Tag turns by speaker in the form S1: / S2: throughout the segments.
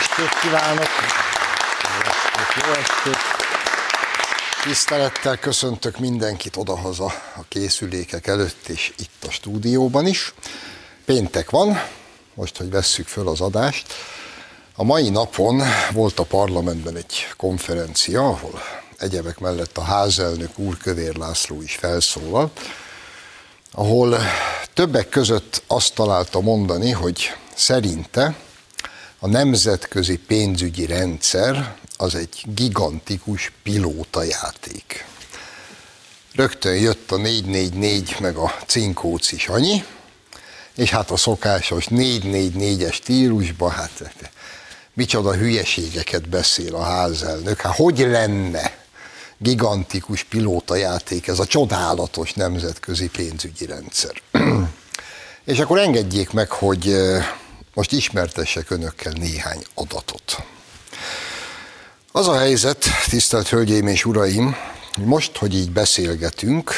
S1: estét kívánok! Jó estét! Tisztelettel köszöntök mindenkit odahaza a készülékek előtt és itt a stúdióban is. Péntek van, most, hogy vesszük föl az adást. A mai napon volt a parlamentben egy konferencia, ahol egyebek mellett a házelnök úr, Kövér László is felszólalt, ahol többek között azt találta mondani, hogy szerinte a nemzetközi pénzügyi rendszer az egy gigantikus pilótajáték. Rögtön jött a 444 meg a cinkóc is annyi, és hát a szokásos 444-es stílusban, hát micsoda hülyeségeket beszél a házelnök. Hát hogy lenne gigantikus pilótajáték ez a csodálatos nemzetközi pénzügyi rendszer? És akkor engedjék meg, hogy most ismertessek önökkel néhány adatot. Az a helyzet, tisztelt Hölgyeim és Uraim, most, hogy így beszélgetünk,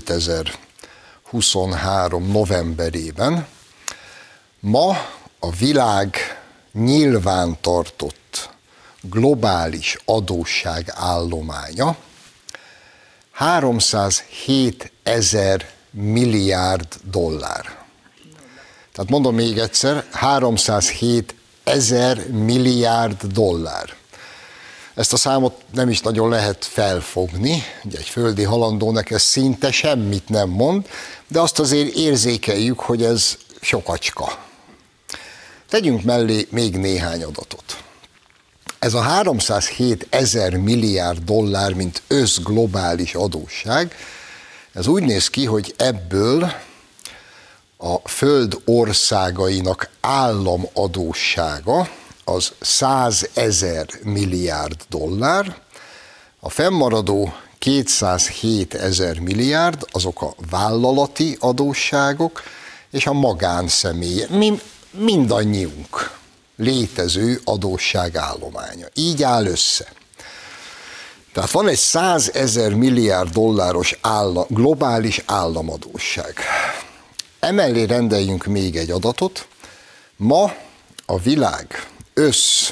S1: 2023. novemberében, ma a világ nyilvántartott globális adósság állománya 307 000 milliárd dollár. Tehát mondom még egyszer, 307 000 milliárd dollár. Ezt a számot nem is nagyon lehet felfogni, ugye egy földi halandónak ez szinte semmit nem mond, de azt azért érzékeljük, hogy ez sokacska. Tegyünk mellé még néhány adatot. Ez a 307 000 milliárd dollár, mint összglobális adósság, ez úgy néz ki, hogy ebből a föld országainak államadóssága az 100 000 milliárd dollár, a fennmaradó 207 000 milliárd, azok a vállalati adósságok, és a magánszemély, mindannyiunk létező adósságállománya. Így áll össze. Tehát van egy 100 000 milliárd dolláros globális államadósság. Emellé rendeljünk még egy adatot. Ma a világ össz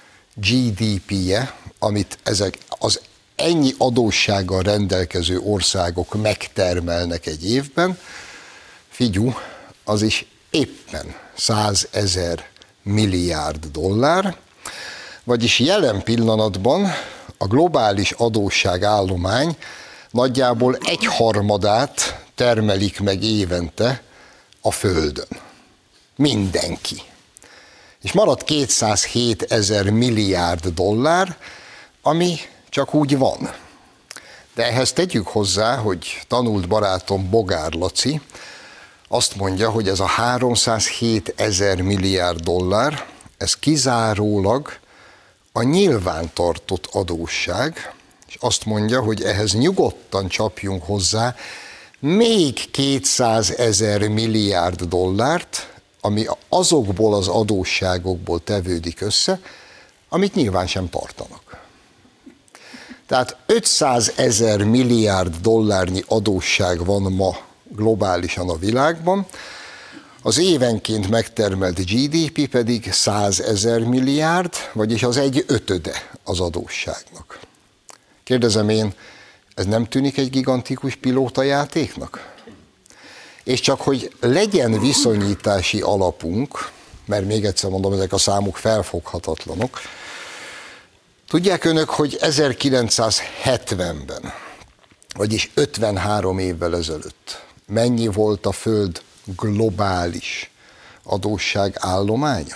S1: GDP-je, amit ezek az ennyi adóssággal rendelkező országok megtermelnek egy évben, figyú, az is éppen 100 000 milliárd dollár, vagyis jelen pillanatban a globális adósságállomány nagyjából 1/3 termelik meg évente a Földön. Mindenki. És marad 207 000 milliárd dollár, ami csak úgy van. De ehhez tegyük hozzá, hogy tanult barátom Bogár Laci azt mondja, hogy ez a 307 000 milliárd dollár, ez kizárólag a nyilvántartott adósság, és azt mondja, hogy ehhez nyugodtan csapjunk hozzá még 200 000 milliárd dollárt, ami azokból az adósságokból tevődik össze, amit nyilván sem tartanak. Tehát 500 000 milliárd dollárnyi adósság van ma globálisan a világban, az évenként megtermelt GDP pedig 100 000 milliárd, vagyis az 1/5 az adósságnak. Kérdezem én, ez nem tűnik egy gigantikus pilótajátéknak? És csak hogy legyen viszonyítási alapunk, mert még egyszer mondom, ezek a számok felfoghatatlanok, tudják önök, hogy 1970-ben, vagyis 53 évvel ezelőtt mennyi volt a Föld globális adósság állománya?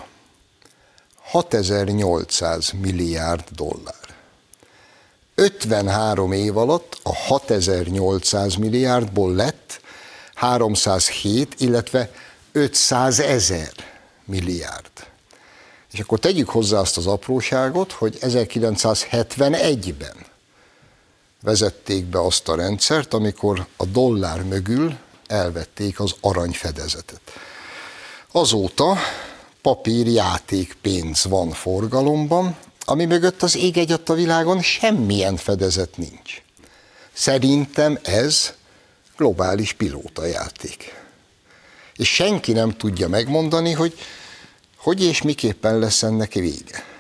S1: 6800 milliárd dollár. 53 év alatt a 6800 milliárdból lett 307, illetve 500 000 milliárd. És akkor tegyük hozzá azt az apróságot, hogy 1971-ben vezették be azt a rendszert, amikor a dollár mögül elvették az aranyfedezetet. Azóta papírjáték pénz van forgalomban, ami mögött az ég egyatt a világon semmilyen fedezet nincs. Szerintem ez globális pilótajáték. És senki nem tudja megmondani, hogy és miképpen lesz ennek vége.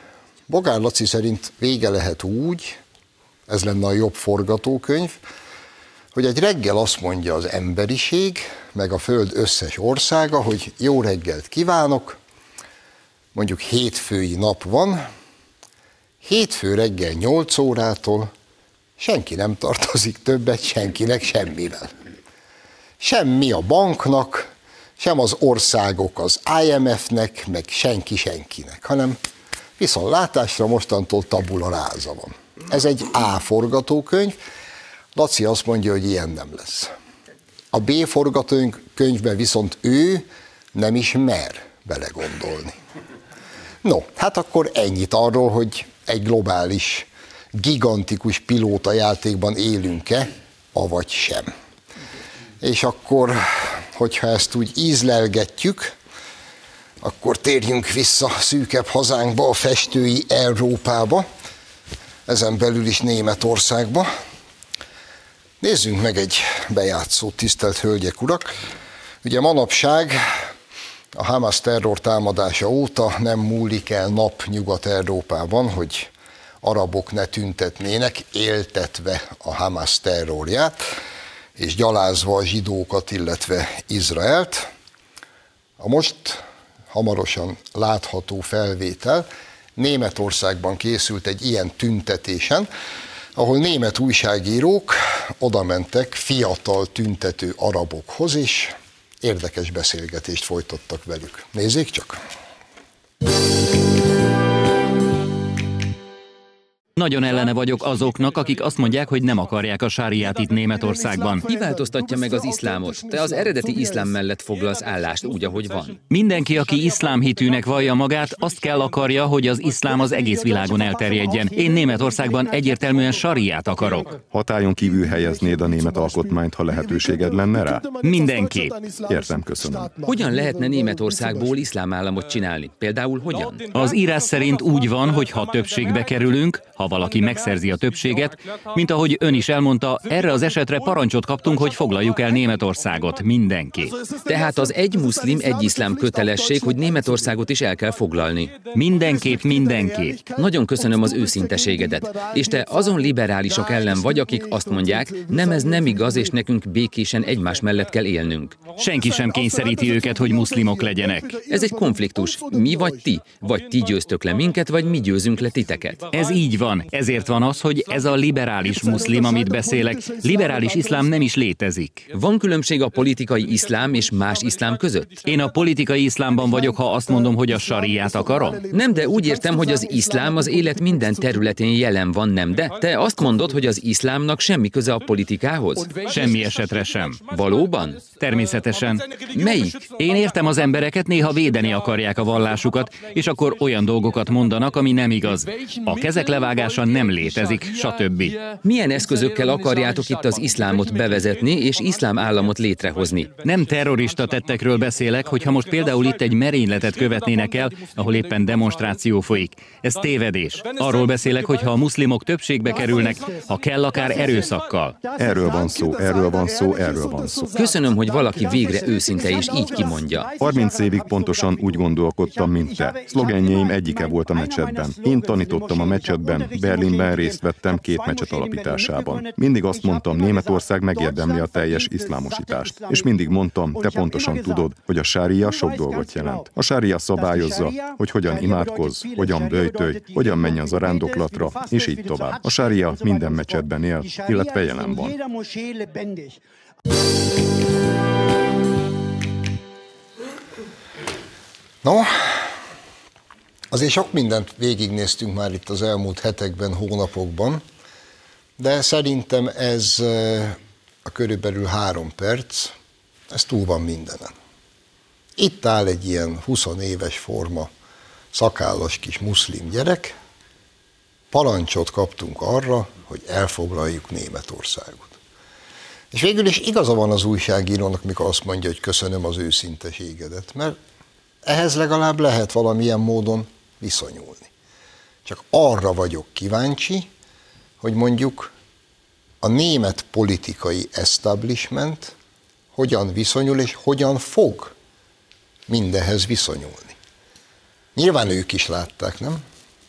S1: Bogár Laci szerint vége lehet úgy, ez lenne a jobb forgatókönyv, hogy egy reggel azt mondja az emberiség, meg a Föld összes országa, hogy jó reggelt kívánok, mondjuk hétfői nap van, hétfő reggel 8 órától senki nem tartozik többet senkinek semmivel. Semmi a banknak, sem az országok az IMF-nek, meg senki senkinek, hanem viszontlátásra mostantól tabula ráza van. Ez egy A forgatókönyv, Laci azt mondja, hogy ilyen nem lesz. A B forgatókönyvben viszont ő nem is mer belegondolni. No, hát akkor ennyit arról, hogy egy globális, gigantikus pilótajátékban élünk-e, avagy sem. És akkor, hogyha ezt úgy ízlelgetjük, akkor térjünk vissza szűkebb hazánkba, a festői Európába, ezen belül is Németországba. Nézzünk meg egy bejátszót, tisztelt hölgyek, urak. Ugye manapság a Hamas terror támadása óta nem múlik el nap Nyugat-Európában, hogy arabok ne tüntetnének, éltetve a Hamas terrorját, és gyalázva a zsidókat, illetve Izraelt. A most hamarosan látható felvétel Németországban készült egy ilyen tüntetésen, ahol német újságírók odamentek fiatal tüntető arabokhoz, és érdekes beszélgetést folytattak velük. Nézzék csak!
S2: Nagyon ellene vagyok azoknak, akik azt mondják, hogy nem akarják a sáriát itt Németországban.
S3: Ki változtatja meg az iszlámot? Te az eredeti iszlám mellett foglalsz állást úgy, ahogy van.
S2: Mindenki, aki iszlámhitűnek vallja magát, azt kell akarja, hogy az iszlám az egész világon elterjedjen. Én Németországban egyértelműen sáriát akarok.
S4: Hatályon kívül helyeznéd a német alkotmányt, ha lehetőséged lenne rá?
S2: Mindenképp.
S4: Értem, köszönöm.
S3: Hogyan lehetne Németországból iszlám államot csinálni? Például hogyan?
S2: Az írás szerint úgy van, hogy ha többségbe kerülünk, ha valaki megszerzi a többséget, mint ahogy ön is elmondta, erre az esetre parancsot kaptunk, hogy foglaljuk el Németországot, mindenki.
S3: Tehát az egy muszlim, egy iszlám kötelesség, hogy Németországot is el kell foglalni.
S2: Mindenképp, mindenki.
S3: Nagyon köszönöm az őszinteségedet. És te azon liberálisok ellen vagy, akik azt mondják, nem, ez nem igaz, és nekünk békésen egymás mellett kell élnünk.
S2: Senki sem kényszeríti őket, hogy muszlimok legyenek.
S3: Ez egy konfliktus. Mi vagy ti? Vagy ti győztök le minket, vagy mi győzünk le titeket.
S2: Ez így van. Ezért van az, hogy ez a liberális muszlim, amit beszélek, liberális iszlám nem is létezik.
S3: Van különbség a politikai iszlám és más iszlám között?
S2: Én a politikai iszlámban vagyok, ha azt mondom, hogy a sariát akarom.
S3: Nem, de úgy értem, hogy az iszlám az élet minden területén jelen van, nem de? Te azt mondod, hogy az iszlámnak semmi köze a politikához?
S2: Semmi esetre sem.
S3: Valóban?
S2: Természetesen.
S3: Melyik?
S2: Én értem az embereket, néha védeni akarják a vallásukat, és akkor olyan dolgokat mondanak, ami nem igaz. A kezek levágása nem létezik, stb.
S3: Milyen eszközökkel akarjátok itt az iszlámot bevezetni és iszlám államot létrehozni?
S2: Nem terrorista tettekről beszélek, hogyha most például itt egy merényletet követnének el, ahol éppen demonstráció folyik. Ez tévedés. Arról beszélek, hogy ha a muszlimok többségbe kerülnek, ha kell, akár erőszakkal.
S4: Erről van szó, erről van szó, erről van szó.
S3: Köszönöm, hogy valaki végre őszinte és így kimondja.
S4: 30 évig pontosan úgy gondolkodtam, mint te. Szlogenjeim egyike volt a mecsetben. Én tanítottam a mecsetben, Berlinben részt vettem 2 mecset alapításában. Mindig azt mondtam, Németország megérdemli a teljes iszlámosítást. És mindig mondtam, te pontosan tudod, hogy a sária sok dolgot jelent. A sária szabályozza, hogy hogyan imádkozz, hogyan böjtölj, hogyan menj az zarándoklatra, és így tovább. A sária minden mecsetben él, illetve jelen van.
S1: No, azért sok mindent végignéztünk már itt az elmúlt hetekben, hónapokban, de szerintem ez a körülbelül 3 perc, ez túl van mindenen. Itt áll egy ilyen 20 éves forma, szakállas kis muszlim gyerek, parancsot kaptunk arra, hogy elfoglaljuk Németországot. És végül is igaza van az újságírónak, mikor azt mondja, hogy köszönöm az őszinteségedet, mert ehhez legalább lehet valamilyen módon viszonyulni. Csak arra vagyok kíváncsi, hogy mondjuk a német politikai establishment hogyan viszonyul és hogyan fog mindenhez viszonyulni. Nyilván ők is látták, nem?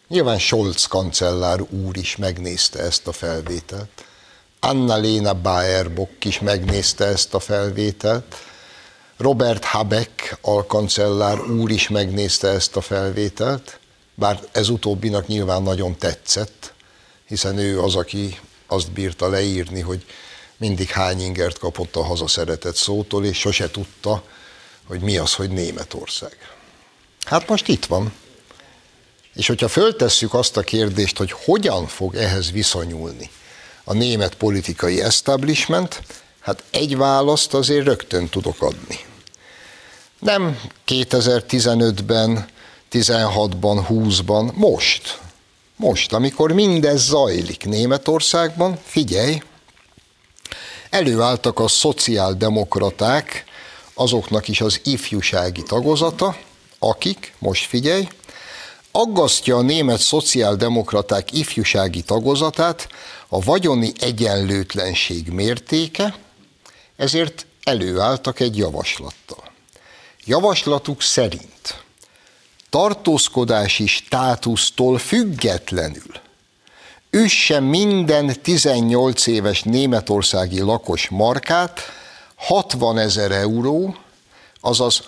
S1: Nyilván Scholz kancellár úr is megnézte ezt a felvételt. Annalena Baerbock is megnézte ezt a felvételt. Robert Habeck alkancellár úr is megnézte ezt a felvételt, bár ez utóbbinak nyilván nagyon tetszett, hiszen ő az, aki azt bírta leírni, hogy mindig hány ingert kapott a hazaszeretett szótól, és sose tudta, hogy mi az, hogy Németország. Hát most itt van. És hogyha föltesszük azt a kérdést, hogy hogyan fog ehhez viszonyulni a német politikai establishment, hát egy választ azért rögtön tudok adni. Nem 2015-ben, 16-ban, 20-ban, most, amikor mindez zajlik Németországban, figyelj, előálltak a szociáldemokraták, azoknak is az ifjúsági tagozata, akik, most figyelj, aggasztja a német szociáldemokraták ifjúsági tagozatát a vagyoni egyenlőtlenség mértéke, ezért előálltak egy javaslattal. Javaslatuk szerint tartózkodási státusztól függetlenül üsse minden 18 éves németországi lakos markát 60 000 euró, azaz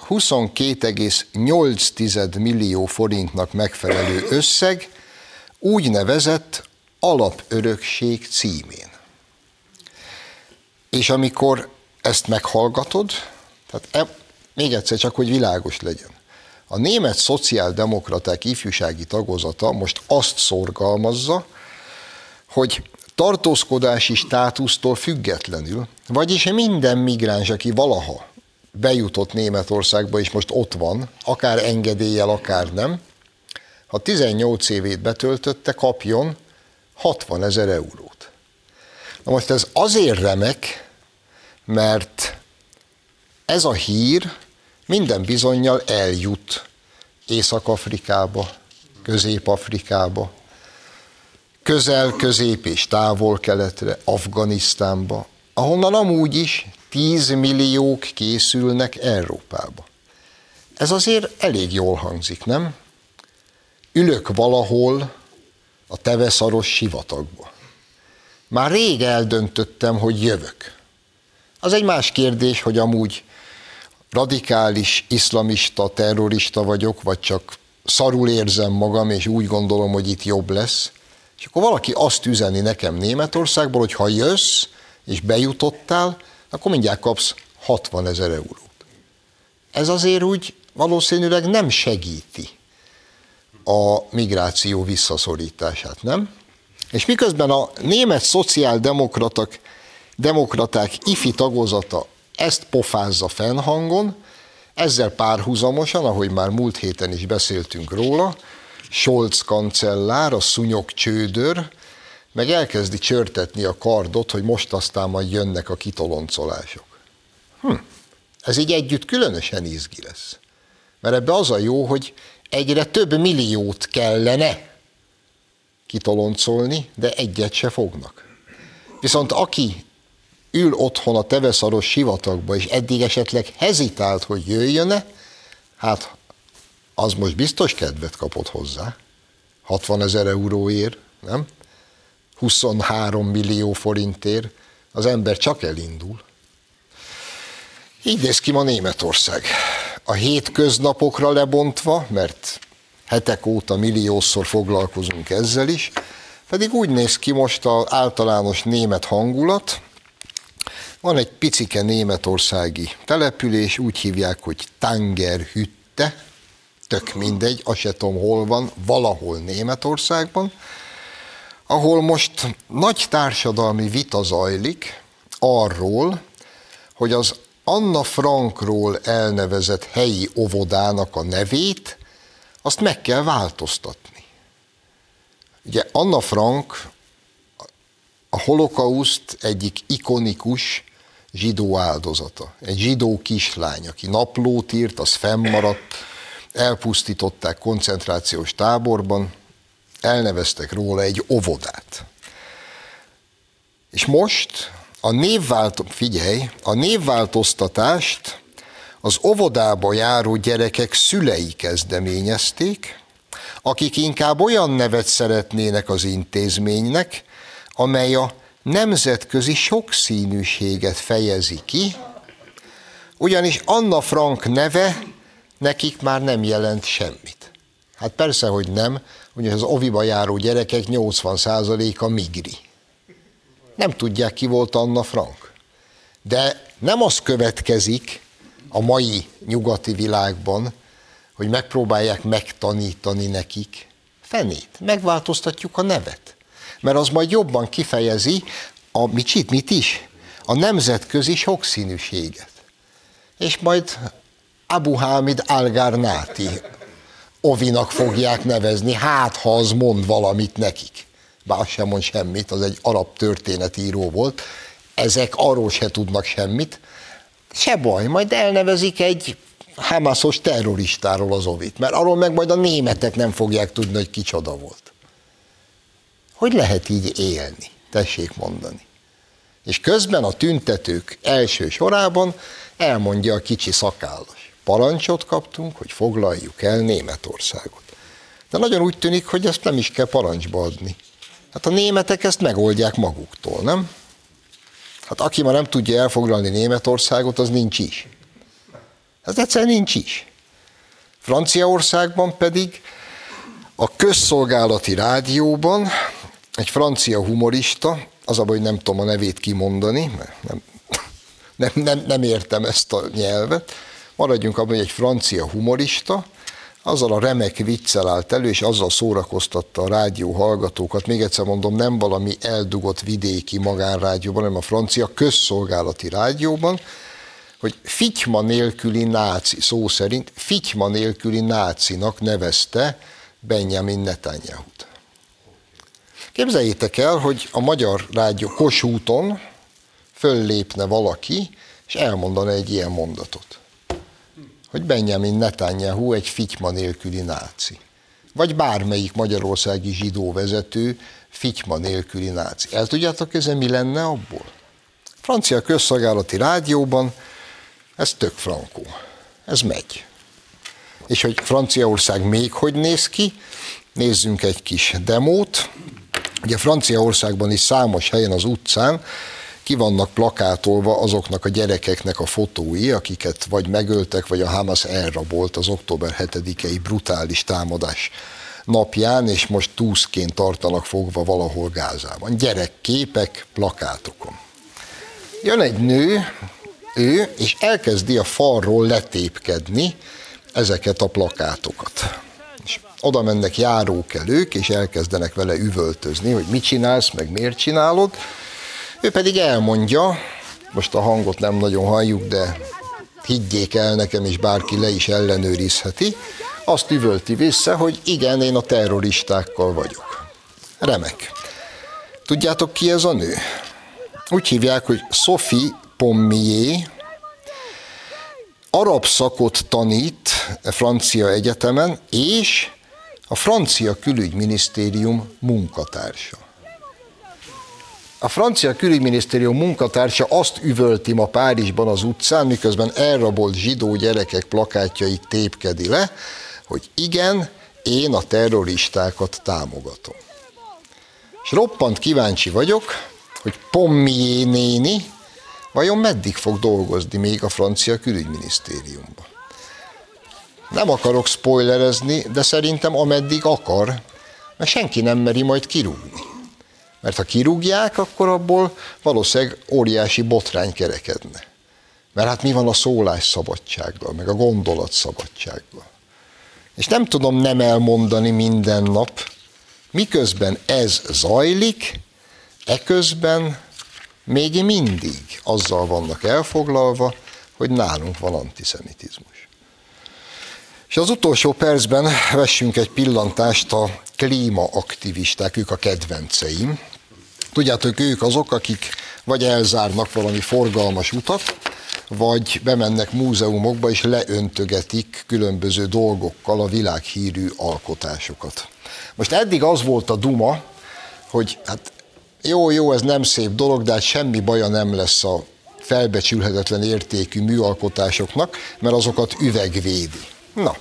S1: 22,8 millió forintnak megfelelő összeg úgynevezett alapörökség címén. És amikor ezt meghallgatod, tehát még egyszer csak, hogy világos legyen, a német szociáldemokraták ifjúsági tagozata most azt szorgalmazza, hogy tartózkodási státusztól függetlenül, vagyis minden migráns, aki valaha bejutott Németországba, és most ott van, akár engedéllyel, akár nem, ha 18 évét betöltötte, kapjon 60 000 eurót. Na most ez azért remek, mert ez a hír minden bizonnyal eljut Észak-Afrikába, Közép-Afrikába, Közel-Közép és Távol-Keletre, Afganisztánba, ahonnan amúgy is 10 milliók készülnek Európába. Ez azért elég jól hangzik, nem? Ülök valahol a teveszaros sivatagba. Már rég eldöntöttem, hogy jövök. Az egy más kérdés, hogy amúgy radikális, iszlamista, terrorista vagyok, vagy csak szarul érzem magam, és úgy gondolom, hogy itt jobb lesz. És akkor valaki azt üzeni nekem Németországból, hogy ha jössz, és bejutottál, akkor mindjárt kapsz 60 000 eurót. Ez azért úgy valószínűleg nem segíti a migráció visszaszorítását, nem? És miközben a német szociáldemokraták ifi tagozata ezt pofázza fennhangon, ezzel párhuzamosan, ahogy már múlt héten is beszéltünk róla, Scholz kancellár, a szúnyog csődör, meg elkezdi csörtetni a kardot, hogy most aztán majd jönnek a kitoloncolások. Ez így együtt különösen izgi lesz. Mert ebbe az a jó, hogy egyre több milliót kellene kitoloncolni, de egyet se fognak. Viszont aki ül otthon a teveszaros sivatagba, és eddig esetleg hezitált, hogy jöjjön-e, hát az most biztos kedvet kapott hozzá. 60 000 euróért, nem? 23 millió forintért az ember csak elindul. Így néz ki ma Németország. A hétköznapokra lebontva, mert hetek óta milliószor foglalkozunk ezzel is, pedig úgy néz ki most az általános német hangulat. Van egy picike németországi település, úgy hívják, hogy Tangerhütte, tök mindegy, azt se tudom hol van, valahol Németországban, ahol most nagy társadalmi vita zajlik arról, hogy az Anna Frankról elnevezett helyi óvodának a nevét, azt meg kell változtatni. Ugye Anna Frank a holokauszt egyik ikonikus zsidó áldozata. Egy zsidó kislány, aki naplót írt, az fennmaradt, elpusztították koncentrációs táborban, elneveztek róla egy óvodát. És most a névváltoztatást az óvodába járó gyerekek szülei kezdeményezték, akik inkább olyan nevet szeretnének az intézménynek, amely a nemzetközi sokszínűséget fejezi ki, ugyanis Anna Frank neve nekik már nem jelent semmit. Hát persze, hogy nem, ugye az oviba járó gyerekek 80%-a migri. Nem tudják, ki volt Anna Frank. De nem az következik a mai nyugati világban, hogy megpróbálják megtanítani nekik. Fenét, megváltoztatjuk a nevet. Mert az majd jobban kifejezi mit is? A nemzetközi sokszínűséget. És majd Abu Hamid al-Garnati ovinak fogják nevezni, hát ha az mond valamit nekik. Bár az sem mond semmit, az egy arab történetíró volt, ezek arról se tudnak semmit, se baj, majd elnevezik egy Hamasos terroristáról az ovit, mert arról meg majd a németek nem fogják tudni, hogy kicsoda volt. Hogy lehet így élni? Tessék mondani. És közben a tüntetők első sorában elmondja a kicsi szakállas. Parancsot kaptunk, hogy foglaljuk el Németországot. De nagyon úgy tűnik, hogy ezt nem is kell parancsba adni. Hát a németek ezt megoldják maguktól, nem? Hát aki már nem tudja elfoglalni Németországot, az nincs is. Ez egyszerűen nincs is. Franciaországban pedig a közszolgálati rádióban egy francia humorista, az a baj, hogy nem tudom a nevét kimondani, mert nem értem ezt a nyelvet, maradjunk abban, hogy egy francia humorista, azzal a remek viccel állt elő, és azzal szórakoztatta a rádió hallgatókat, még egyszer mondom, nem valami eldugott vidéki magánrádióban, hanem a francia közszolgálati rádióban, hogy fityma nélküli náci, szó szerint fityma nélküli nácinak nevezte Benjamin Netanyahut. Képzeljétek el, hogy a magyar rádió Kossuthon föllépne valaki, és elmondana egy ilyen mondatot. Hogy Benjamin Netanyahu egy fityma nélküli náci. Vagy bármelyik magyarországi zsidó vezető fityma nélküli náci. El tudjátok, ez mi lenne abból? Francia közszolgálati rádióban ez tök frankó. Ez megy. És hogy Franciaország még hogy néz ki, nézzünk egy kis demót. Ugye Franciaországban is számos helyen az utcán ki vannak plakátolva azoknak a gyerekeknek a fotói, akiket vagy megöltek, vagy a Hamas elrabolt az október 7-i brutális támadás napján, és most túszként tartanak fogva valahol Gázában. Gyerekképek plakátokon. Jön egy nő, és elkezdi a falról letépkedni ezeket a plakátokat. És oda mennek járókelők, és elkezdenek vele üvöltözni, hogy mit csinálsz, meg miért csinálod. Ő pedig elmondja, most a hangot nem nagyon halljuk, de higgyék el nekem, és bárki le is ellenőrizheti, azt üvölti vissza, hogy igen, én a terroristákkal vagyok. Remek. Tudjátok, ki ez a nő? Úgy hívják, hogy Sophie Pommier, arab szakot tanít a francia egyetemen, és a francia külügyminisztérium munkatársa. A francia külügyminisztérium munkatársa azt üvölti ma Párizsban az utcán, miközben elrabolt zsidó gyerekek plakátjait tépkedi le, hogy igen, én a terroristákat támogatom. És roppant kíváncsi vagyok, hogy Pommier néni vajon meddig fog dolgozni még a francia külügyminisztériumban. Nem akarok spoilerezni, de szerintem ameddig akar, mert senki nem meri majd kirúgni. Mert ha kirúgják, akkor abból valószínűleg óriási botrány kerekedne. Mert hát mi van a szólásszabadsággal, meg a gondolatszabadsággal. És nem tudom nem elmondani minden nap, miközben ez zajlik, eközben még mindig azzal vannak elfoglalva, hogy nálunk van antiszemitizmus. És az utolsó percben vessünk egy pillantást a klímaaktivisták, ők a kedvenceim. Tudjátok, ők azok, akik vagy elzárnak valami forgalmas utat, vagy bemennek múzeumokba és leöntögetik különböző dolgokkal a világhírű alkotásokat. Most eddig az volt a duma, hogy hát jó, ez nem szép dolog, de hát semmi baja nem lesz a felbecsülhetetlen értékű műalkotásoknak, mert azokat üveg védi. Na,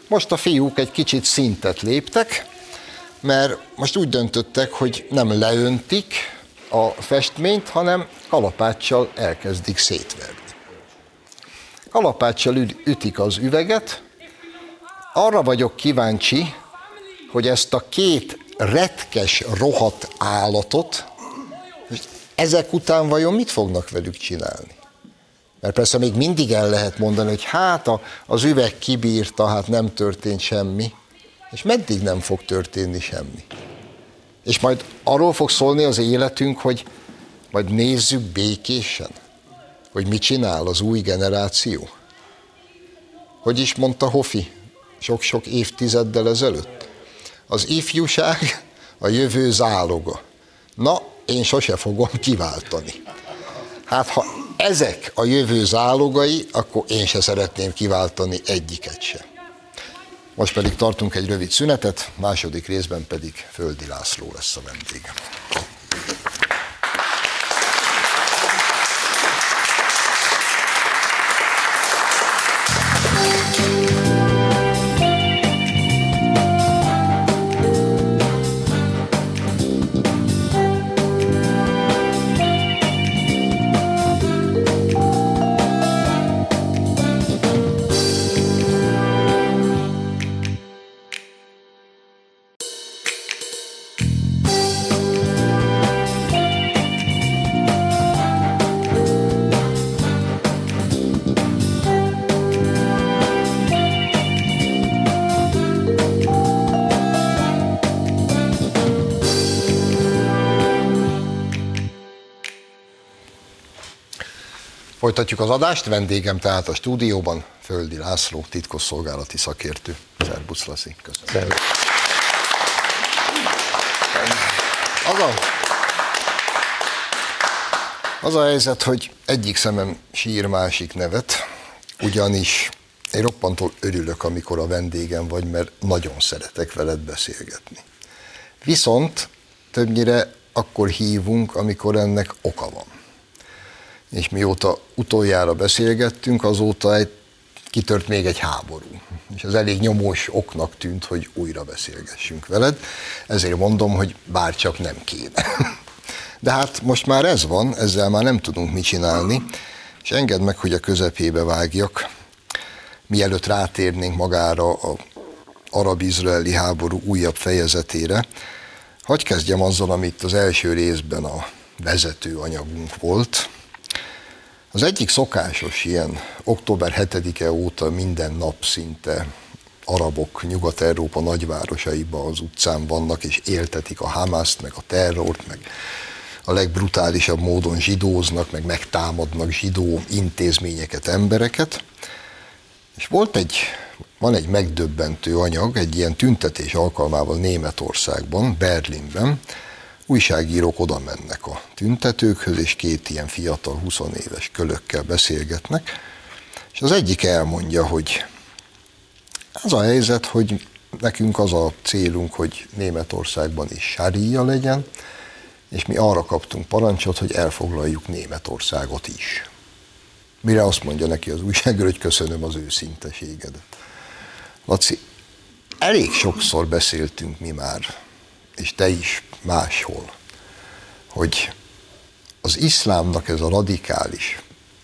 S1: Most a fiúk egy kicsit szintet léptek, mert most úgy döntöttek, hogy nem leöntik a festményt, hanem kalapáccsal elkezdik szétverni. Kalapáccsal ütik az üveget. Arra vagyok kíváncsi, hogy ezt a két retkes, rohadt állatot, ezek után vajon mit fognak velük csinálni? Mert persze még mindig el lehet mondani, hogy hát az üveg kibírta, hát nem történt semmi. És meddig nem fog történni semmi? És majd arról fog szólni az életünk, hogy majd nézzük békésen, hogy mit csinál az új generáció. Hogy is mondta Hofi sok-sok évtizeddel ezelőtt? Az ifjúság a jövő záloga. Na, én sose fogom kiváltani. Hát ha ezek a jövő zálogai, akkor én se szeretném kiváltani egyiket se. Most pedig tartunk egy rövid szünetet, második részben pedig Földi László lesz a vendég. Folytatjuk az adást, vendégem tehát a stúdióban Földi László, titkosszolgálati szakértő. Szerbusz, Lassi, köszönöm. Az a helyzet, hogy egyik szemem sír, másik nevet, ugyanis én roppantól örülök, amikor a vendégem vagy, mert nagyon szeretek veled beszélgetni. Viszont többnyire akkor hívunk, amikor ennek oka van. És mióta utoljára beszélgettünk, azóta kitört még egy háború. És az elég nyomós oknak tűnt, hogy újra beszélgessünk veled. Ezért mondom, hogy bárcsak nem kéne. De hát most már ez van, ezzel már nem tudunk mit csinálni, és engedd meg, hogy a közepébe vágjak, mielőtt rátérnénk magára az arab-izraeli háború újabb fejezetére. Hadd kezdjem azzal, amit az első részben a vezető anyagunk volt. Az egyik szokásos ilyen október 7-e óta minden nap szinte arabok Nyugat-Európa nagyvárosaiban az utcán vannak, és éltetik a Hamaszt, meg a terrort, meg a legbrutálisabb módon zsidóznak, meg megtámadnak zsidó intézményeket, embereket. És van egy megdöbbentő anyag, egy ilyen tüntetés alkalmával Németországban, Berlinben, újságírók oda mennek a tüntetőkhöz, és két ilyen fiatal, 20 éves kölökkel beszélgetnek, és az egyik elmondja, hogy az a helyzet, hogy nekünk az a célunk, hogy Németországban is sária legyen, és mi arra kaptunk parancsot, hogy elfoglaljuk Németországot is. Mire azt mondja neki az újságíró, hogy köszönöm az őszinteségedet. Laci, elég sokszor beszéltünk mi már, és te is máshol, hogy az iszlámnak ez a radikális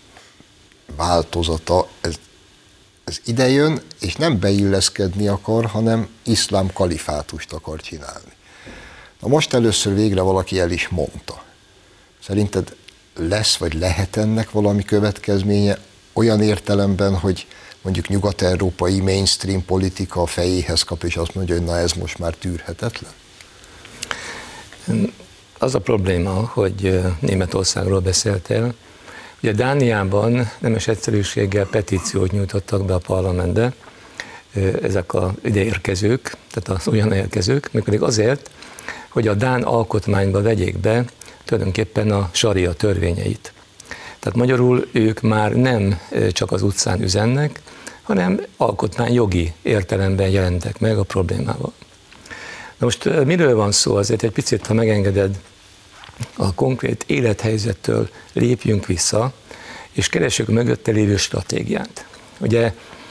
S1: változata, ez idejön, és nem beilleszkedni akar, hanem iszlám kalifátust akar csinálni. Na most először végre valaki el is mondta. Szerinted lesz, vagy lehet ennek valami következménye olyan értelemben, hogy mondjuk nyugat-európai mainstream politika a fejéhez kap, és azt mondja, hogy na ez most már tűrhetetlen?
S5: Az a probléma, hogy Németországról beszéltél. Ugye Dániában nemes egyszerűséggel petíciót nyújtottak be a parlamentbe ezek az ideérkezők, tehát az olyan érkezők, mégpedig azért, hogy a dán alkotmányba vegyék be tulajdonképpen a saria törvényeit. Tehát magyarul ők már nem csak az utcán üzennek, hanem alkotmányjogi értelemben jelentek meg a problémával. Na most miről van szó? Azért egy picit, ha megengeded, a konkrét élethelyzettől lépjünk vissza, és keressük mögötte lévő stratégiát. Ugye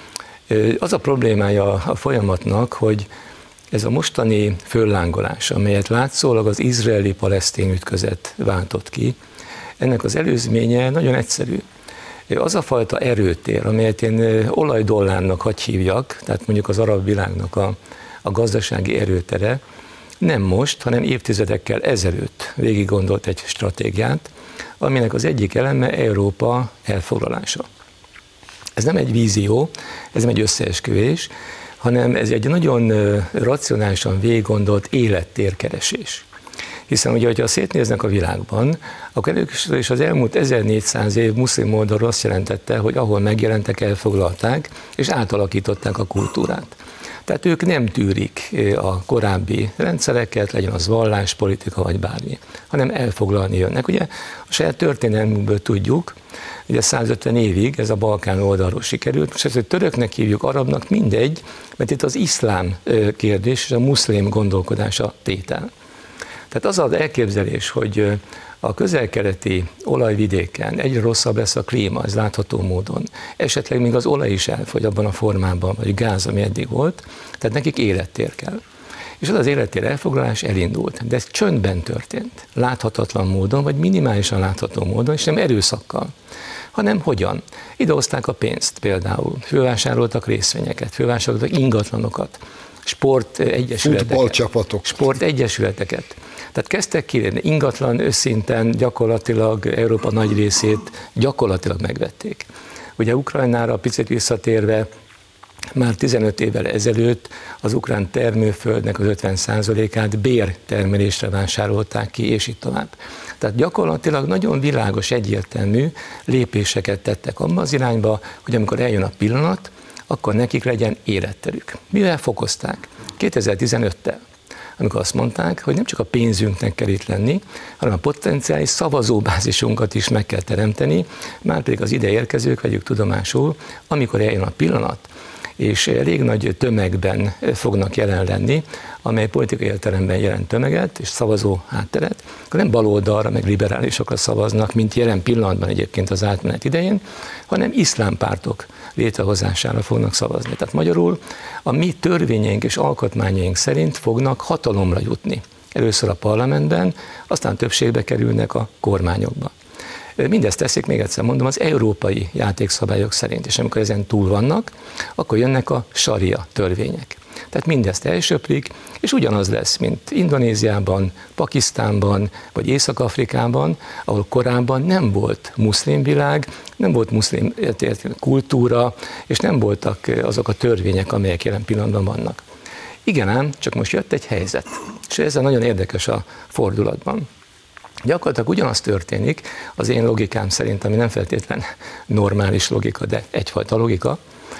S5: Az a problémája a folyamatnak, hogy ez a mostani föllángolás, amelyet látszólag az izraeli-palesztin ütközet váltott ki, ennek az előzménye nagyon egyszerű. Az a fajta erőtér, amelyet én olajdollárnak hadd hívjak, tehát mondjuk az arab világnak a gazdasági erőtere, nem most, hanem évtizedekkel ezelőtt végig gondolt egy stratégiát, aminek az egyik eleme Európa elfoglalása. Ez nem egy vízió, ez nem egy összeesküvés, hanem ez egy nagyon racionálisan végiggondolt élettérkeresés. Hiszen ugye, hogyha szétnéznek a világban, akkor először is az elmúlt 1400 év muszlim oldalról azt jelentette, hogy ahol megjelentek, elfoglalták, és átalakították a kultúrát. Tehát ők nem tűrik a korábbi rendszereket, legyen az vallás, politika vagy bármi, hanem elfoglalni jönnek. Ugye a saját történelmünkből tudjuk, ugye 150 évig ez a Balkán oldalról sikerült, most ezt, hogy töröknek hívjuk, arabnak, mindegy, mert itt az iszlám kérdés és a muszlim gondolkodása tétel. Tehát az az elképzelés, hogy a közel-keleti olajvidéken egyre rosszabb lesz a klíma, ez látható módon. Esetleg még az olaj is elfogy abban a formában, vagy gáz, ami eddig volt, tehát nekik élettér kell. És az élettér elfoglalás elindult, de ez csöndben történt, láthatatlan módon, vagy minimálisan látható módon, és nem erőszakkal, hanem hogyan? Idehozták a pénzt például, fölvásároltak részvényeket, fölvásároltak ingatlanokat, sportegyesületeket. Tehát kezdtek kérni, ingatlan összinten gyakorlatilag Európa nagy részét gyakorlatilag megvették. Ugye Ukrajnára picit visszatérve, már 15 évvel ezelőtt az ukrán termőföldnek az 50%-át bértermelésre vásárolták ki, és így tovább. Tehát gyakorlatilag nagyon világos, egyértelmű lépéseket tettek abban az irányba, hogy amikor eljön a pillanat, akkor nekik legyen életterük. Mivel fokozták? 2015-tel. Amikor azt mondták, hogy nem csak a pénzünknek kell itt lenni, hanem a potenciális szavazóbázisunkat is meg kell teremteni, márpedig az ide érkezők vegyük tudomásul, amikor eljön a pillanat, és elég nagy tömegben fognak jelen lenni, amely politikai értelemben jelent tömeget és szavazó hátteret, akkor nem baloldalra, meg liberálisokra szavaznak, mint jelen pillanatban egyébként az átmenet idején, hanem iszlám pártok létrehozására fognak szavazni. Tehát magyarul a mi törvényeink és alkotmányaink szerint fognak hatalomra jutni. Először a parlamentben, aztán többségbe kerülnek a kormányokba. Mindezt teszik, még egyszer mondom, az európai játékszabályok szerint, és amikor ezen túl vannak, akkor jönnek a saria törvények. Tehát mindezt elsöprik, és ugyanaz lesz, mint Indonéziában, Pakisztánban, vagy Észak-Afrikában, ahol korábban nem volt muszlim világ, nem volt muszlim kultúra, és nem voltak azok a törvények, amelyek jelen pillanatban vannak. Igen ám, csak most jött egy helyzet, és ez nagyon érdekes a fordulatban. Gyakorlatilag ugyanaz történik az én logikám szerint, ami nem feltétlen normális logika, de egyfajta logika,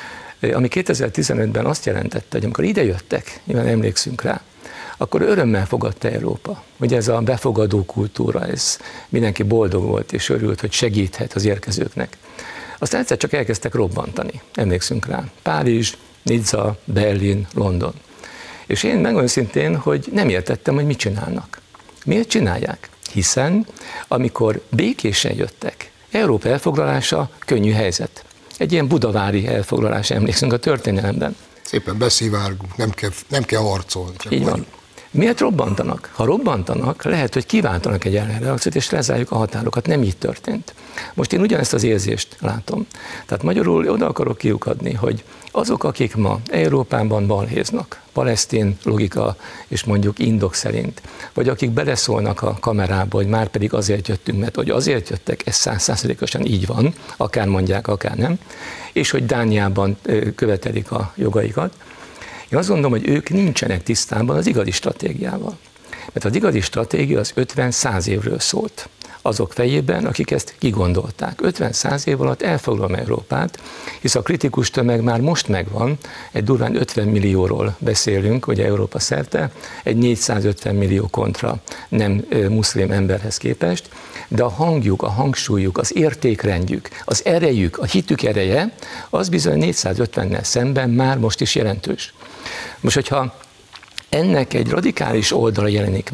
S5: ami 2015-ben azt jelentette, hogy amikor idejöttek, nyilván emlékszünk rá, akkor örömmel fogadta Európa. Ugye ez a befogadó kultúra, ez mindenki boldog volt és örült, hogy segíthet az érkezőknek. Aztán egyszer csak elkezdtek robbantani, emlékszünk rá. Párizs, Nizza, Berlin, London. És én megmondom szintén, hogy nem értettem, hogy mit csinálnak. Miért csinálják? Hiszen amikor békésen jöttek, Európa elfoglalása könnyű helyzet. Egy ilyen budavári elfoglalás, emlékszünk a történelemben.
S1: Szépen beszivárgunk, nem kell harcolni. Csak
S5: így van. Miért robbantanak? Ha robbantanak, lehet, hogy kiváltanak egy ellenreakciót, és lezárjuk a határokat. Nem így történt. Most én ugyanezt az érzést látom. Tehát magyarul oda akarok kiukadni, hogy azok, akik ma Európában balhéznak, palesztin logika és mondjuk indok szerint, vagy akik beleszólnak a kamerába, hogy már pedig azért jöttünk, mert hogy azért jöttek, ez 100%-osan így van, akár mondják, akár nem, és hogy Dániában követelik a jogaikat. Én azt gondolom, hogy ők nincsenek tisztában az igazi stratégiával. Mert az igazi stratégia az 50-100 évről szólt. Azok fejében, akik ezt kigondolták. 50-100 év alatt elfoglalom Európát, hisz a kritikus tömeg már most megvan, egy durván 50 millióról beszélünk, ugye Európa szerte, egy 450 millió kontra nem muszlim emberhez képest, de a hangjuk, a hangsúlyuk, az értékrendjük, az erejük, a hitük ereje, az bizony 450-nel szemben már most is jelentős. Most, hogyha ennek egy radikális oldala jelenik meg,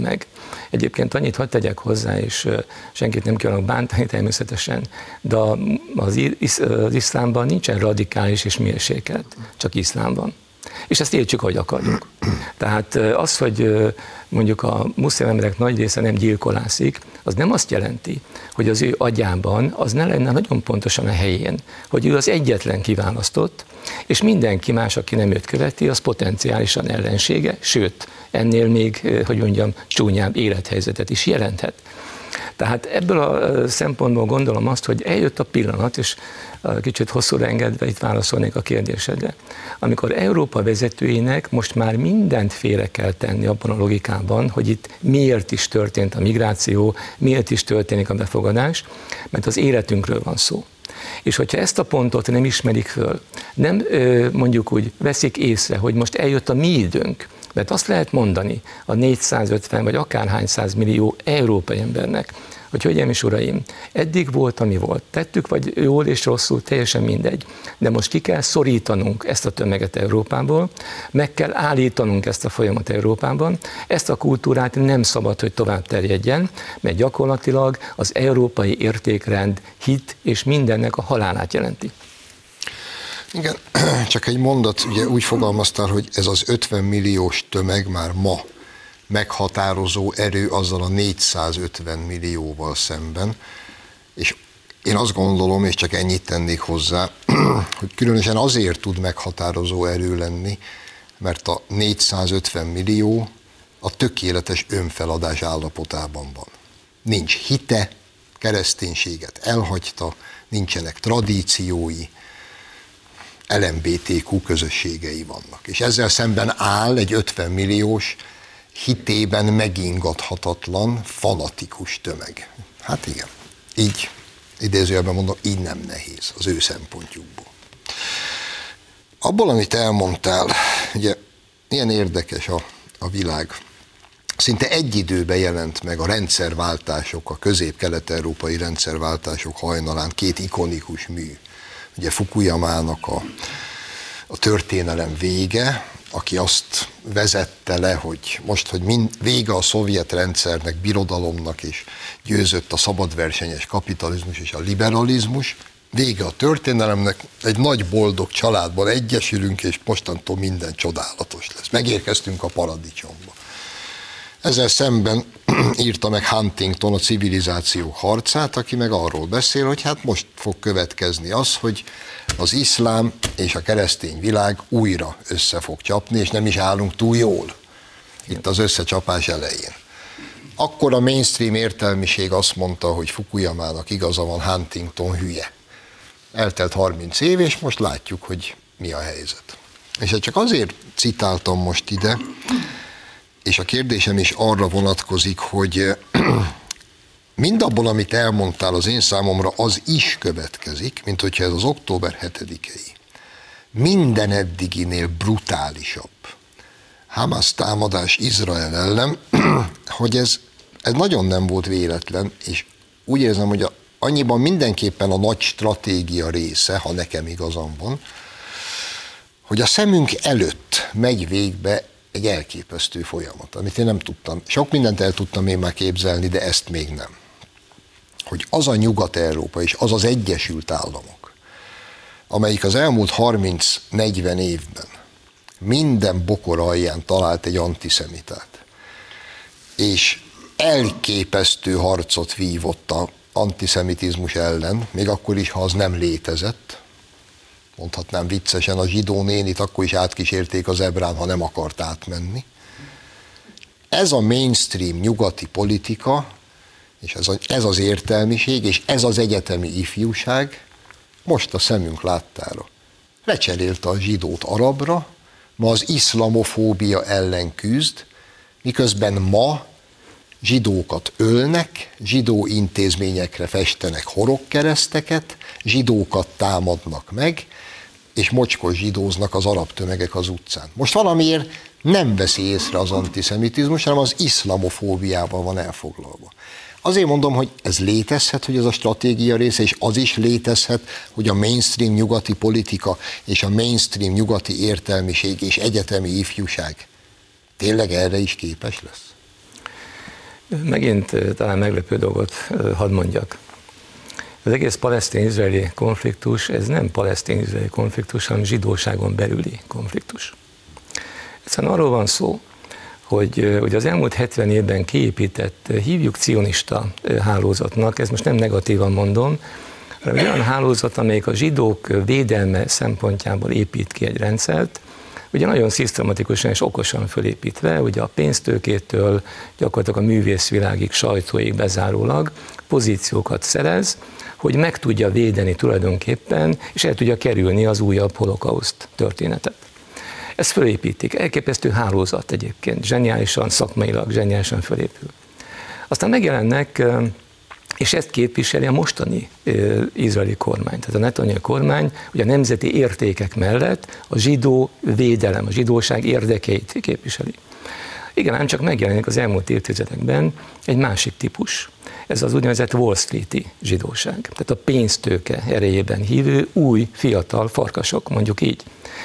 S5: Egyébként annyit hadd tegyek hozzá, és senkit nem kívánok bántani természetesen, de az iszlámban nincsen radikális és mérsékelt, csak iszlám van. És ezt értsük, ahogy akarjuk. Tehát az, hogy mondjuk a muszlim emberek nagy része nem gyilkolászik, az nem azt jelenti, hogy az ő agyában az ne lenne nagyon pontosan a helyén, hogy ő az egyetlen kiválasztott, és mindenki más, aki nem őt követi, az potenciálisan ellensége, sőt, ennél még, hogy mondjam, csúnyább élethelyzetet is jelenthet. Tehát ebből a szempontból gondolom azt, hogy eljött a pillanat, és kicsit hosszúra engedve itt válaszolnék a kérdésedre, amikor Európa vezetőinek most már mindent félre kell tenni abban a logikában, hogy itt miért is történt a migráció, miért is történik a befogadás, mert az életünkről van szó. És hogyha ezt a pontot nem ismerik föl, nem mondjuk úgy veszik észre, hogy most eljött a mi időnk, mert azt lehet mondani a 450 vagy akárhány 100 millió európai embernek, hogy hölgyeim és uraim, eddig volt, ami volt. Tettük vagy jól és rosszul, teljesen mindegy. De most ki kell szorítanunk ezt a tömeget Európából, meg kell állítanunk ezt a folyamat Európában. Ezt a kultúrát nem szabad, hogy tovább terjedjen, mert gyakorlatilag az európai értékrend, hit és mindennek a halálát jelenti.
S1: Igen, csak egy mondat, ugye úgy fogalmaztál, hogy ez az 50 milliós tömeg már ma meghatározó erő azzal a 450 millióval szemben, és én azt gondolom, és csak ennyit tennék hozzá, hogy különösen azért tud meghatározó erő lenni, mert a 450 millió a tökéletes önfeladás állapotában van. Nincs hite, kereszténységet elhagyta, nincsenek tradíciói, LMBTQ közösségei vannak. És ezzel szemben áll egy 50 milliós, hitében megingathatatlan, fanatikus tömeg. Hát igen, így, idézőjelben mondom, így nem nehéz az ő szempontjukból. Abból, amit elmondtál, ugye ilyen érdekes a világ. Szinte egy időben jelent meg a rendszerváltások, a közép-kelet-európai rendszerváltások hajnalán két ikonikus mű. Ugye Fukuyamának a történelem vége, aki azt vezette le, hogy most, hogy vége a szovjet rendszernek, birodalomnak, és győzött a szabadversenyes kapitalizmus és a liberalizmus, vége a történelemnek, egy nagy boldog családban egyesülünk, és mostantól minden csodálatos lesz. Megérkeztünk a paradicsomba. Ezzel szemben írta meg Huntington a Civilizációk harcát, aki meg arról beszél, hogy hát most fog következni az, hogy az iszlám és a keresztény világ újra össze fog csapni, és nem is állunk túl jól itt az összecsapás elején. Akkor a mainstream értelmiség azt mondta, hogy Fukuyamának igaza van, Huntington hülye. Eltelt 30 év, és most látjuk, hogy mi a helyzet. És csak azért citáltam most ide, és a kérdésem is arra vonatkozik, hogy mindabból, amit elmondtál az én számomra, az is következik, mint hogyha ez az október 7-ei minden eddiginél brutálisabb Hamas támadás Izrael ellen, hogy ez nagyon nem volt véletlen, és úgy érzem, hogy annyiban mindenképpen a nagy stratégia része, ha nekem igazam van, hogy a szemünk előtt megy végbe egy elképesztő folyamat, amit én nem tudtam. Sok mindent el tudtam én már képzelni, de ezt még nem. Hogy az a Nyugat-Európa és az az Egyesült Államok, amelyik az elmúlt 30-40 évben minden bokor alján talált egy antiszemitát, és elképesztő harcot vívott az antiszemitizmus ellen, még akkor is, ha az nem létezett, mondhatnám viccesen, a zsidó nénit akkor is átkísérték az zebrán, ha nem akart átmenni. Ez a mainstream nyugati politika, és ez az értelmiség, és ez az egyetemi ifjúság most a szemünk láttára lecserélte a zsidót arabra, ma az iszlamofóbia ellen küzd, miközben ma zsidókat ölnek, zsidó intézményekre festenek horogkereszteket, zsidókat támadnak meg, és mocskos zsidóznak az arab tömegek az utcán. Most valamiért nem veszi észre az antiszemitizmus, hanem az iszlamofóbiával van elfoglalva. Azért mondom, hogy ez létezhet, hogy ez a stratégia része, és az is létezhet, hogy a mainstream nyugati politika és a mainstream nyugati értelmiség és egyetemi ifjúság tényleg erre is képes lesz?
S5: Megint talán meglepő dolgot hadd mondjak. Az egész palesztin-izraeli konfliktus, ez nem palesztin-izraeli konfliktus, hanem zsidóságon belüli konfliktus. Egyszerűen arról van szó, hogy az elmúlt 70 évben kiépített, hívjuk cionista hálózatnak, ez most nem negatívan mondom, hanem olyan hálózat, amelyik a zsidók védelme szempontjából épít ki egy rendszert, ugye nagyon szisztematikusan és okosan fölépítve, ugye a pénztőkétől gyakorlatilag a művészvilágig, sajtóig bezárólag pozíciókat szerez, hogy meg tudja védeni tulajdonképpen, és el tudja kerülni az újabb holokauszt történetet. Ezt fölépítik, elképesztő hálózat egyébként, zseniálisan, szakmailag zseniálisan fölépül. Aztán megjelennek, és ezt képviseli a mostani izraeli kormány. Tehát a Netanyahu kormány ugye a nemzeti értékek mellett a zsidó védelem, a zsidóság érdekeit képviseli. Igen, ám csak megjelenik az elmúlt évtizedekben egy másik típus. Ez az úgynevezett Wall Street-i zsidóság. Tehát a pénztőke erejében hívő új, fiatal farkasok, mondjuk így.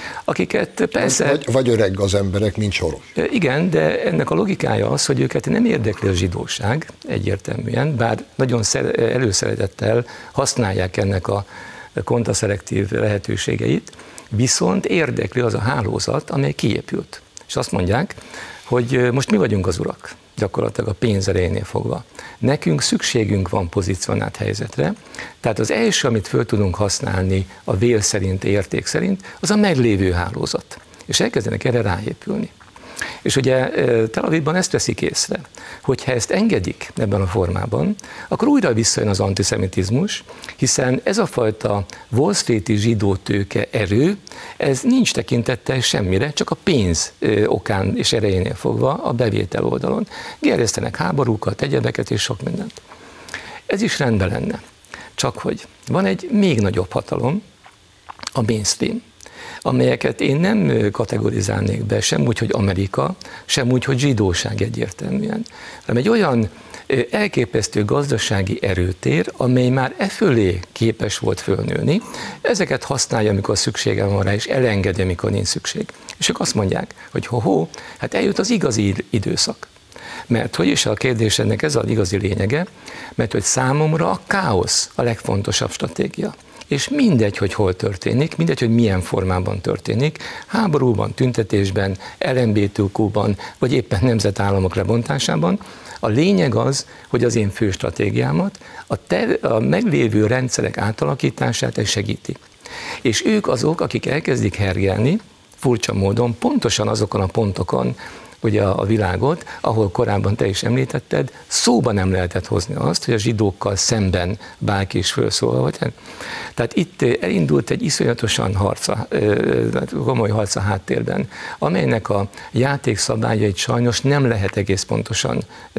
S5: Akiket persze...
S1: Vagy öreg az emberek, mint Soros.
S5: Igen, de ennek a logikája az, hogy őket nem érdekli a zsidóság egyértelműen, bár nagyon előszeretettel használják ennek a kontraszelektív lehetőségeit, viszont érdekli az a hálózat, amely kiépült. És azt mondják, hogy most mi vagyunk az urak, gyakorlatilag a pénz erejénél fogva. Nekünk szükségünk van pozícionált helyzetre, tehát az első, amit föl tudunk használni a vél szerint, érték szerint, az a meglévő hálózat. És elkezdenek erre ráépülni. És ugye Tel Avivban ezt veszik észre, hogyha ezt engedik ebben a formában, akkor újra visszajön az antiszemitizmus, hiszen ez a fajta Wall Street-i zsidó tőke erő, ez nincs tekintettel semmire, csak a pénz okán és erejénél fogva a bevétel oldalon. Gerjesztenek háborúkat, egyebeket és sok mindent. Ez is rendben lenne. Csak hogy van egy még nagyobb hatalom, a mainstream, amelyeket én nem kategorizálnék be, sem úgy, hogy Amerika, sem úgy, hogy zsidóság egyértelműen, hanem egy olyan elképesztő gazdasági erőtér, amely már fölé képes volt fölnőni, ezeket használja, amikor szüksége van rá, és elengedi, amikor nincs szükség. És ők azt mondják, hogy hát eljött az igazi időszak. Mert hogy is a kérdésednek ez az igazi lényege, mert hogy számomra a káosz a legfontosabb stratégia. És mindegy, hogy hol történik, mindegy, hogy milyen formában történik, háborúban, tüntetésben, LMBTQ-ban, vagy éppen nemzetállamok lebontásában, a lényeg az, hogy az én fő stratégiámat, a meglévő rendszerek átalakítását segíti. És ők azok, akik elkezdik hergelni, furcsa módon, pontosan azokon a pontokon, ugye a világot, ahol korábban te is említetted, szóba nem lehetett hozni azt, hogy a zsidókkal szemben bárki is felszólalhat. Tehát itt elindult egy iszonyatosan komoly harc a háttérben, amelynek a játékszabályait sajnos nem lehet egész pontosan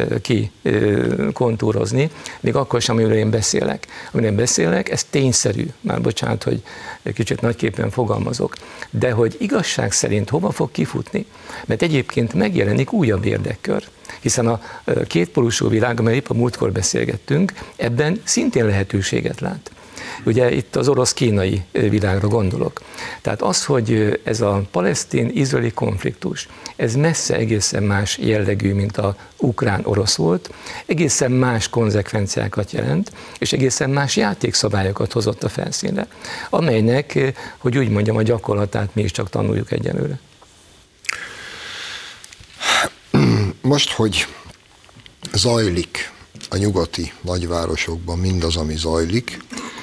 S5: kikontúrozni, még akkor sem, amiről én beszélek. Amiről én beszélek, ez tényszerű, már bocsánat, hogy kicsit nagyképpen fogalmazok, de hogy igazság szerint hova fog kifutni? Mert egyébként megjelenik újabb érdekkör, hiszen a kétpólusú világ, amely épp a múltkor beszélgettünk, ebben szintén lehetőséget lát. Ugye itt az orosz-kínai világra gondolok. Tehát az, hogy ez a palesztin-izraeli konfliktus, ez messze egészen más jellegű, mint a ukrán-orosz volt, egészen más konzekvenciákat jelent, és egészen más játékszabályokat hozott a felszínre, amelynek, hogy úgy mondjam, a gyakorlatát mi is csak tanuljuk egyelőre.
S1: Most, hogy zajlik a nyugati nagyvárosokban mindaz, ami zajlik,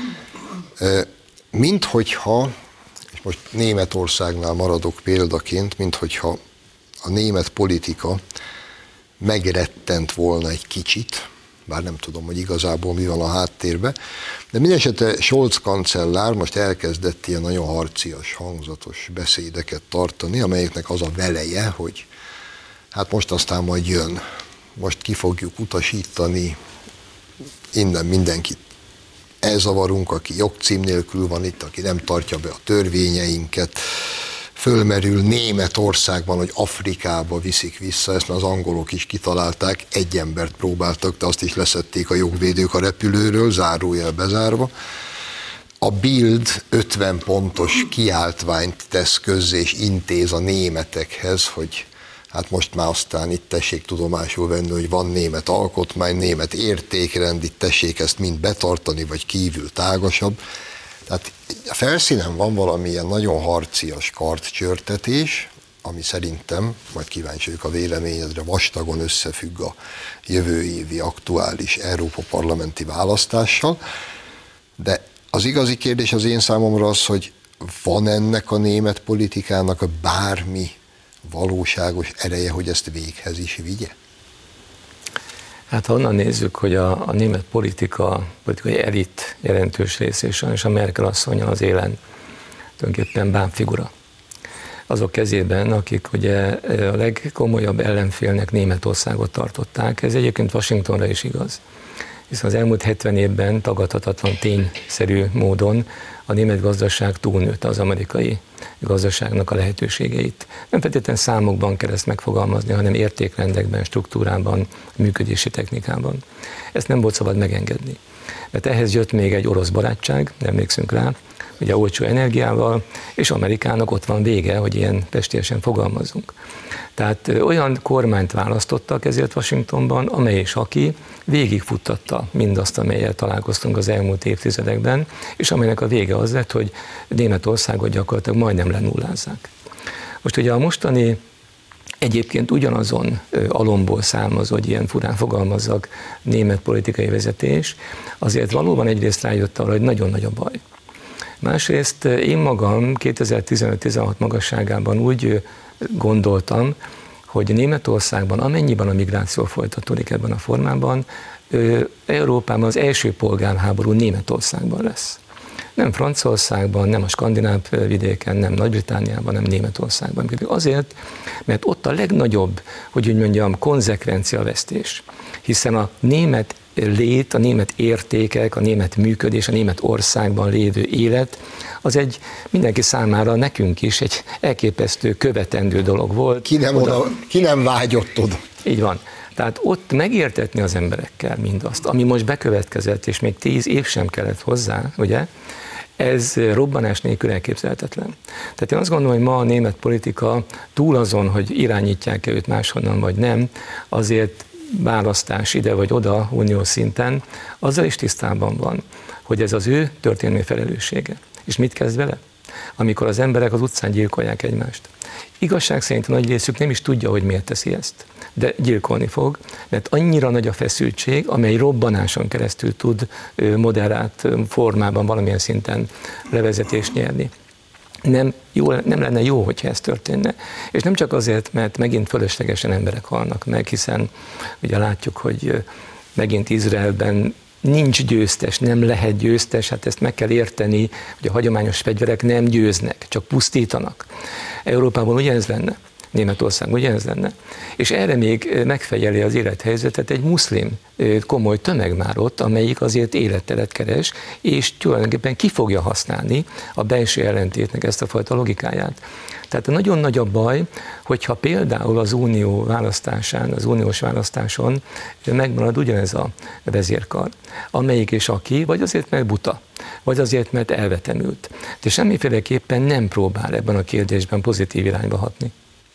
S1: minthogyha, és most Németországnál maradok példaként, minthogyha a német politika megrettent volna egy kicsit, bár nem tudom, hogy igazából mi van a háttérben, de mindesetre Scholz kancellár most elkezdett ilyen nagyon harcias, hangzatos beszédeket tartani, amelyeknek az a veleje, hogy hát most aztán majd jön, most ki fogjuk utasítani, innen mindenkit elzavarunk, aki jogcím nélkül van itt, aki nem tartja be a törvényeinket, fölmerül Németországban, hogy Afrikába viszik vissza, ezt az angolok is kitalálták, egy embert próbáltak, de azt is leszették a jogvédők a repülőről, zárójel bezárva. A Bild 50 pontos kiáltványt tesz közzé és intéz a németekhez, hogy Hát most már aztán itt tessék tudomásul venni, hogy van német alkotmány, német értékrend, itt tessék ezt mind betartani, vagy kívül tágasabb. Tehát a felszínen van valamilyen nagyon harcias kardcsörtetés, ami szerintem, majd kíváncsi vagyok a véleményedre, vastagon összefügg a jövő évi aktuális Európa parlamenti választással, de az igazi kérdés az én számomra az, hogy van ennek a német politikának a bármi valóságos ereje, hogy ezt véghez is vigye?
S5: Hát ha onnan nézzük, hogy a német politikai elit jelentős része, és a Merkel asszonya az élen tulajdonképpen bábfigura. Azok kezében, akik ugye a legkomolyabb ellenfélnek Németországot tartották, ez egyébként Washingtonra is igaz. Hiszen az elmúlt 70 évben tagadhatatlan tényszerű módon a német gazdaság túlnőtte az amerikai gazdaságnak a lehetőségeit. Nem feltétlenül számokban kell ezt megfogalmazni, hanem értékrendekben, struktúrában, működési technikában. Ezt nem volt szabad megengedni. Mert ehhez jött még egy orosz barátság, emlékszünk rá, ugye olcsó energiával, és Amerikának ott van vége, hogy ilyen pestélyesen fogalmazunk. Tehát olyan kormányt választottak ezért Washingtonban, amely és aki végigfuttatta mindazt, amellyel találkoztunk az elmúlt évtizedekben, és amelynek a vége az lett, hogy Németországot gyakorlatilag majdnem lenullázzák. Most ugye a mostani egyébként ugyanazon alomból származó, hogy ilyen furán fogalmazzak, német politikai vezetés, azért valóban egyrészt rájött arra, hogy nagyon nagy a baj. Másrészt én magam 2015-16 magasságában úgy gondoltam, hogy Németországban, amennyiben a migráció folytatódik ebben a formában, Európában az első polgárháború Németországban lesz. Nem Franciaországban, nem a skandináv vidéken, nem Nagy-Britanniában, nem Németországban. Azért, mert ott a legnagyobb, hogy úgy mondjam, konzekvenciavesztés, hiszen a német lét, a német értékek, a német működés, a német országban lévő élet, az egy mindenki számára, nekünk is egy elképesztő, követendő dolog volt.
S1: Ki nem vágyott oda?
S5: Így van. Tehát ott megértetni az emberekkel mindazt, ami most bekövetkezett, és még 10 év sem kellett hozzá, ugye, ez robbanás nélkül elképzelhetetlen. Tehát én azt gondolom, hogy ma a német politika túl azon, hogy irányítják-e őt máshonnan vagy nem, azért választás ide vagy oda uniós szinten, azzal is tisztában van, hogy ez az ő történelmi felelőssége. És mit kezd vele? Amikor az emberek az utcán gyilkolják egymást. Igazság szerint a nagy részük nem is tudja, hogy miért teszi ezt, de gyilkolni fog, mert annyira nagy a feszültség, amely robbanáson keresztül tud moderált formában valamilyen szinten levezetést nyerni. Nem lenne jó, hogyha ez történne. És nem csak azért, mert megint fölöslegesen emberek halnak meg, hiszen ugye látjuk, hogy megint Izraelben nincs győztes, nem lehet győztes, hát ezt meg kell érteni, hogy a hagyományos fegyverek nem győznek, csak pusztítanak. Európában ugyanez lenne, Németországban ugyanez lenne. És erre még megfegyeli az élethelyzetet egy muszlim komoly tömeg már ott, amelyik azért életteret keres, és tulajdonképpen ki fogja használni a belső ellentétnek ezt a fajta logikáját. Tehát nagyon nagy a baj, hogyha például az unió választásán, az uniós választáson megmarad ugyanez a vezérkar, amelyik és aki, vagy azért, mert buta, vagy azért, mert elvetemült. De semmiféleképpen nem próbál ebben a kérdésben pozitív irányba hatni.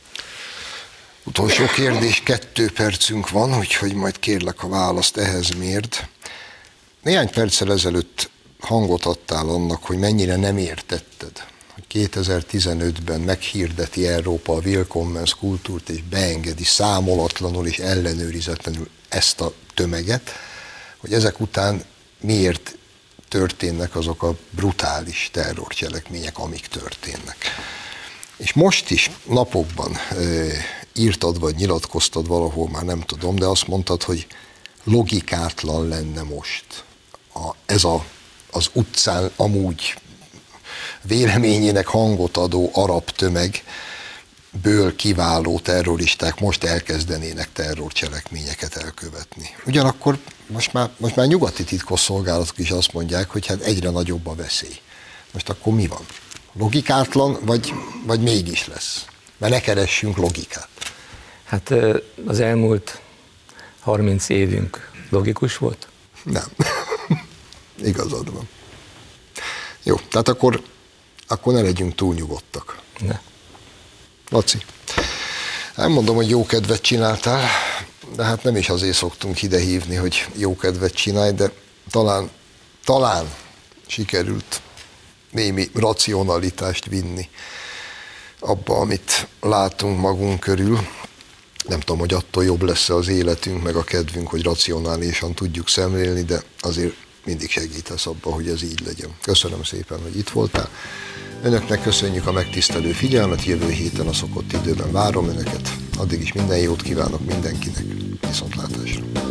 S1: Utolsó kérdés, 2 percünk van, úgyhogy majd kérlek a választ ehhez mérd. Néhány perccel ezelőtt hangot adtál annak, hogy mennyire nem értetted, hogy 2015-ben meghirdeti Európa a Willkommenskultúrt, és beengedi számolatlanul és ellenőrizetlenül ezt a tömeget, hogy ezek után miért történnek azok a brutális terrorcselekmények, amik történnek. És most is napokban írtad vagy nyilatkoztad valahol, már nem tudom, de azt mondtad, hogy logikátlan lenne most az utcán amúgy véleményének hangot adó arab tömegből kiváló terroristák most elkezdenének terrorcselekményeket elkövetni. Ugyanakkor most már nyugati titkosszolgálatok is azt mondják, hogy hát egyre nagyobb a veszély. Most akkor mi van? Logikátlan, vagy mégis lesz? Mert ne keressünk logikát.
S5: Hát az elmúlt 30 évünk logikus volt?
S1: Nem. Igazad van. Jó, tehát akkor ne legyünk túl nyugodtak.
S5: Ne.
S1: Laci, Nem mondom, hogy jó kedvet csináltál, de hát nem is azért szoktunk ide hívni, hogy jó kedvet csinálj, de talán sikerült némi racionalitást vinni abba, amit látunk magunk körül. Nem tudom, hogy attól jobb lesz az életünk, meg a kedvünk, hogy racionálisan tudjuk szemlélni, de azért mindig segítesz abba, hogy ez így legyen. Köszönöm szépen, hogy itt voltál. Önöknek köszönjük a megtisztelő figyelmet, jövő héten a szokott időben várom önöket. Addig is minden jót kívánok mindenkinek. Viszontlátásra!